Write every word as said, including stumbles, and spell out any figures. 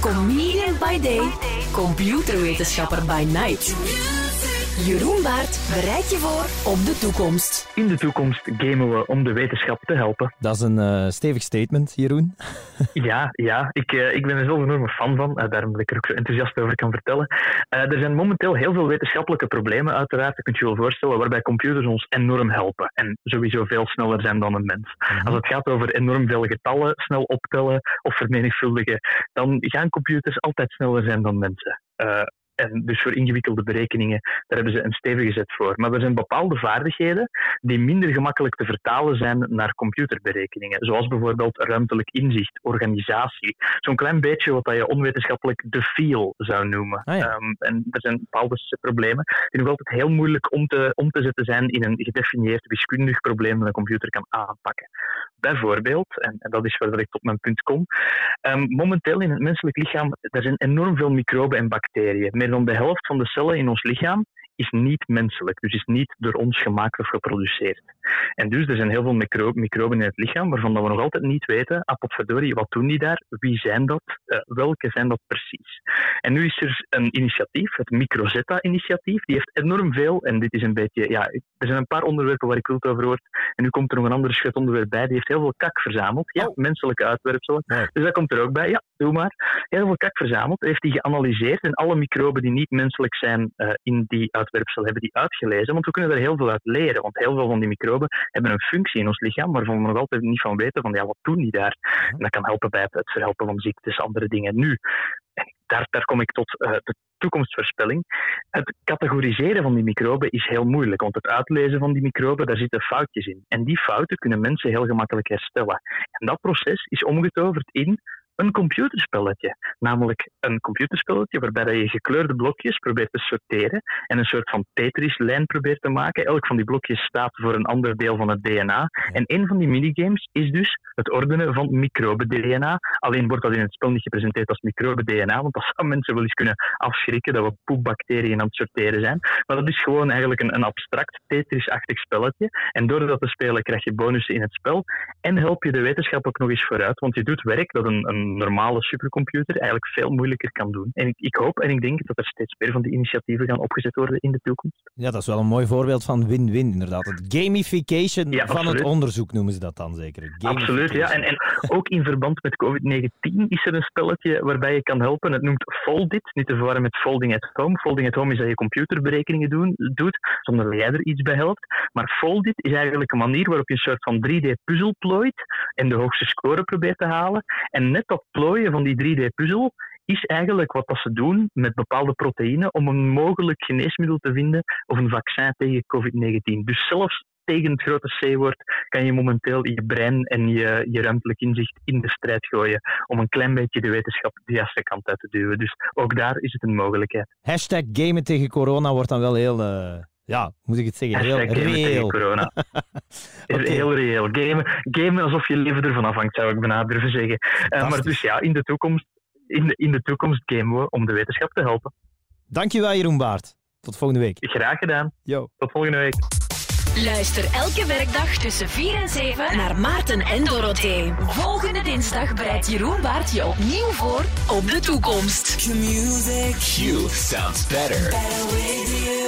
Comedian by day, computerwetenschapper by night. Jeroen Baert bereidt je voor op de toekomst. In de toekomst gamen we om de wetenschap te helpen. Dat is een uh, stevig statement, Jeroen. Ja, ja. Ik, uh, ik ben er zelf een enorme fan van. Uh, daarom dat ik er ook zo enthousiast over kan vertellen. Uh, er zijn momenteel heel veel wetenschappelijke problemen, uiteraard. Dat kun je je wel voorstellen, waarbij computers ons enorm helpen. En sowieso veel sneller zijn dan een mens. Mm-hmm. Als het gaat over enorm veel getallen, snel optellen of vermenigvuldigen, dan gaan computers altijd sneller zijn dan mensen. Uh, En dus voor ingewikkelde berekeningen, daar hebben ze een stevige zet voor. Maar er zijn bepaalde vaardigheden die minder gemakkelijk te vertalen zijn naar computerberekeningen. Zoals bijvoorbeeld ruimtelijk inzicht, organisatie. Zo'n klein beetje wat je onwetenschappelijk de feel zou noemen. Ah, ja. um, en er zijn bepaalde problemen die nog altijd heel moeilijk om te, om te zetten zijn in een gedefinieerd wiskundig probleem dat een computer kan aanpakken. Bijvoorbeeld, en, en dat is waar ik tot mijn punt kom, um, momenteel in het menselijk lichaam er zijn enorm veel microben en bacteriën. Meer dan de helft van de cellen in ons lichaam is niet menselijk, dus is niet door ons gemaakt of geproduceerd. En dus er zijn heel veel micro- microben in het lichaam waarvan we nog altijd niet weten, apotverdorie, wat doen die daar? Wie zijn dat? Uh, welke zijn dat precies? En nu is er een initiatief, het Microzetta-initiatief, die heeft enorm veel, en dit is een beetje, ja, er zijn een paar onderwerpen waar ik wild over hoor, en nu komt er nog een ander schut onderwerp bij, die heeft heel veel kak verzameld, ja, oh. menselijke uitwerpselen, ja. Dus dat komt er ook bij, ja, doe maar. Heel veel kak verzameld, heeft die geanalyseerd en alle microben die niet menselijk zijn uh, in die uitwerpsel hebben die uitgelezen, want we kunnen er heel veel uit leren, want heel veel van die microben hebben een functie in ons lichaam waarvan we nog altijd niet van weten van ja, wat doen die daar? En dat kan helpen bij het, het verhelpen van ziektes, andere dingen. Nu, daar, daar kom ik tot uh, de toekomstvoorspelling. Het categoriseren van die microben is heel moeilijk, want het uitlezen van die microben, daar zitten foutjes in. En die fouten kunnen mensen heel gemakkelijk herstellen. En dat proces is omgetoverd in een computerspelletje. Namelijk een computerspelletje waarbij je gekleurde blokjes probeert te sorteren en een soort van Tetris-lijn probeert te maken. Elk van die blokjes staat voor een ander deel van het D N A. En een van die minigames is dus het ordenen van microbe-D N A. Alleen wordt dat in het spel niet gepresenteerd als microbe-D N A, want dat zou mensen wel eens kunnen afschrikken dat we poepbacteriën aan het sorteren zijn. Maar dat is gewoon eigenlijk een, een abstract Tetris-achtig spelletje. En door dat te spelen krijg je bonussen in het spel en help je de wetenschap ook nog eens vooruit, want je doet werk dat een, een normale supercomputer eigenlijk veel moeilijker kan doen. En ik, ik hoop en ik denk dat er steeds meer van die initiatieven gaan opgezet worden in de toekomst. Ja, dat is wel een mooi voorbeeld van win-win, inderdaad. Het gamification ja, van het onderzoek noemen ze dat dan zeker. Absoluut, ja. En, en ook in verband met covid negentien is er een spelletje waarbij je kan helpen. Het noemt Foldit, niet te verwarren met Folding at Home. Folding at Home is dat je computerberekeningen doen, doet, zonder dat jij er iets bij helpt. Maar Foldit is eigenlijk een manier waarop je een soort van drie D-puzzel plooit en de hoogste score probeert te halen. En net dat plooien van die drie D-puzzel is eigenlijk wat dat ze doen met bepaalde proteïnen om een mogelijk geneesmiddel te vinden of een vaccin tegen covid negentien. Dus zelfs tegen het grote C-woord kan je momenteel je brein en je, je ruimtelijk inzicht in de strijd gooien om een klein beetje de wetenschap de juiste kant uit te duwen. Dus ook daar is het een mogelijkheid. Hashtag gamen tegen corona wordt dan wel heel... Uh... Ja, moet ik het zeggen? Heel Hashtag gamen reëel. tegen corona. Okay. Heel reëel. Gamen, gamen alsof je leven ervan afhangt, zou ik bijna durven zeggen. Uh, maar dus ja, in de toekomst, in de, in de toekomst gamen we om de wetenschap te helpen. Dankjewel, Jeroen Baert. Tot volgende week. Graag gedaan. Yo. Tot volgende week. Luister elke werkdag tussen vier en zeven naar Maarten en Dorothee. Volgende dinsdag bereidt Jeroen Baert je opnieuw voor op de toekomst. Q sounds better. Better with you.